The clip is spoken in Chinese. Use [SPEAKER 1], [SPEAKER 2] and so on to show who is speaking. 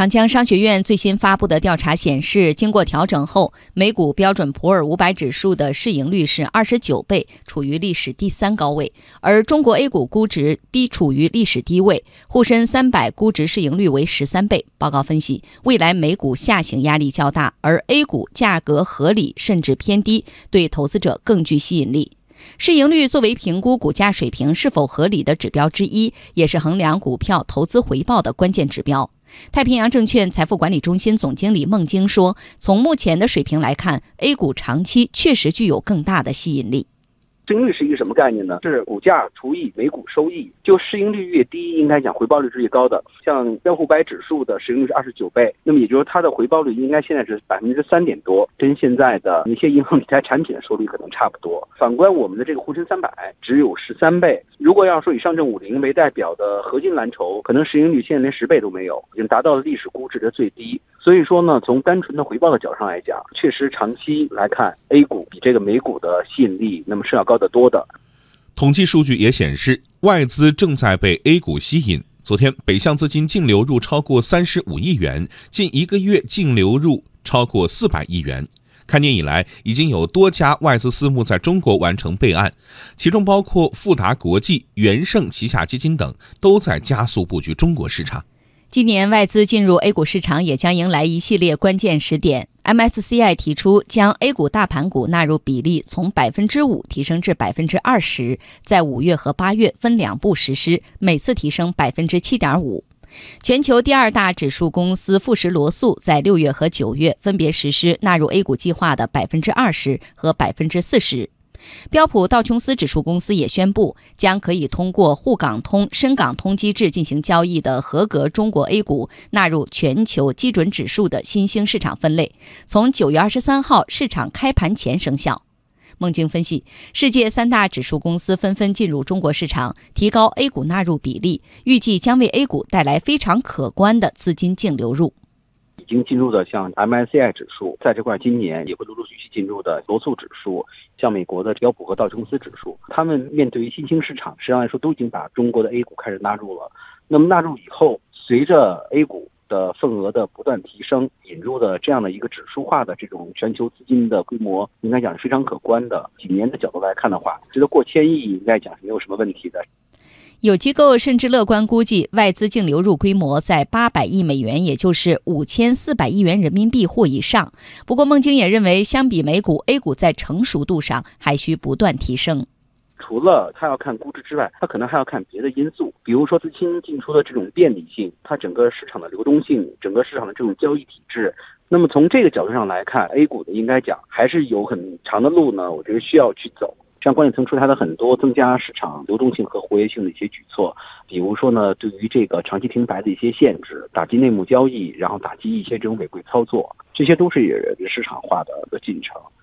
[SPEAKER 1] 长江商学院最新发布的调查显示，经过调整后，美股标准普尔500指数的市盈率是29倍，处于历史第3高位，而中国 A 股估值处于历史低位，沪深300估值市盈率为13倍。报告分析，未来美股下行压力较大，而 A 股价格合理甚至偏低，对投资者更具吸引力。市盈率作为评估股价水平是否合理的指标之一，也是衡量股票投资回报的关键指标。太平洋证券财富管理中心总经理孟京说，从目前的水平来看， A 股长期确实具有更大的吸引力。
[SPEAKER 2] 市盈率是一个什么概念呢？是股价除以每股收益，就市盈率越低，应该讲回报率是越高的。像标普500指数的市盈率是29倍，那么也就是它的回报率应该现在是3%点多，跟现在的一些银行理财产品的收益可能差不多。反观我们的这个沪深300只有13倍，如果要说以上证50为代表的核心蓝筹，可能市盈率现在连10倍都没有，已经达到了历史估值的最低。所以说呢，从单纯的回报的角度上来讲，确实长期来看 A 股比这个美股的吸引力那么是要高得多的。
[SPEAKER 3] 统计数据也显示，外资正在被 A 股吸引。昨天北向资金净流入超过35亿元，近1个月净流入超过400亿元。开年以来，已经有多家外资私募在中国完成备案，其中包括富达国际、元盛旗下基金等，都在加速布局中国市场。
[SPEAKER 1] 今年外资进入 A 股市场也将迎来一系列关键时点。MSCI 提出将 A 股大盘股纳入比例从 5% 提升至 20%， 在5月和8月分2步实施，每次提升 7.5%。全球第2大指数公司富时罗素在6月和9月分别实施纳入 A 股计划的 20% 和 40%。标普道琼斯指数公司也宣布，将可以通过沪港通、深港通机制进行交易的合格中国 A 股纳入全球基准指数的新兴市场分类，从9月23号市场开盘前生效。孟京分析，世界3大指数公司纷纷进入中国市场，提高 A 股纳入比例，预计将为 A 股带来非常可观的资金净流入。
[SPEAKER 2] 已经进入的像 MSCI 指数，在这块今年也会陆陆续续进入的罗素指数，像美国的标普和道琼斯指数，他们面对于新兴市场，实际上来说都已经把中国的 A 股开始纳入了。那么纳入以后，随着 A 股的份额的不断提升，引入的这样的一个指数化的这种全球资金的规模，应该讲是非常可观的。几年的角度来看的话，觉得过1000亿应该讲是没有什么问题的。
[SPEAKER 1] 有机构甚至乐观估计，外资净流入规模在800亿美元，也就是5400亿元人民币或以上。不过孟京也认为，相比美股 ，A 股在成熟度上还需不断提升。
[SPEAKER 2] 除了它要看估值之外，它可能还要看别的因素，比如说资金进出的这种便利性，它整个市场的流动性，整个市场的这种交易体制。那么从这个角度上来看 ，A 股的应该讲还是有很长的路呢，我觉得需要去走。像管理层出台的很多增加市场流动性和活跃性的一些举措，比如说呢，对于这个长期停牌的一些限制，打击内幕交易，然后打击一些这种违规操作，这些都是市场化的进程。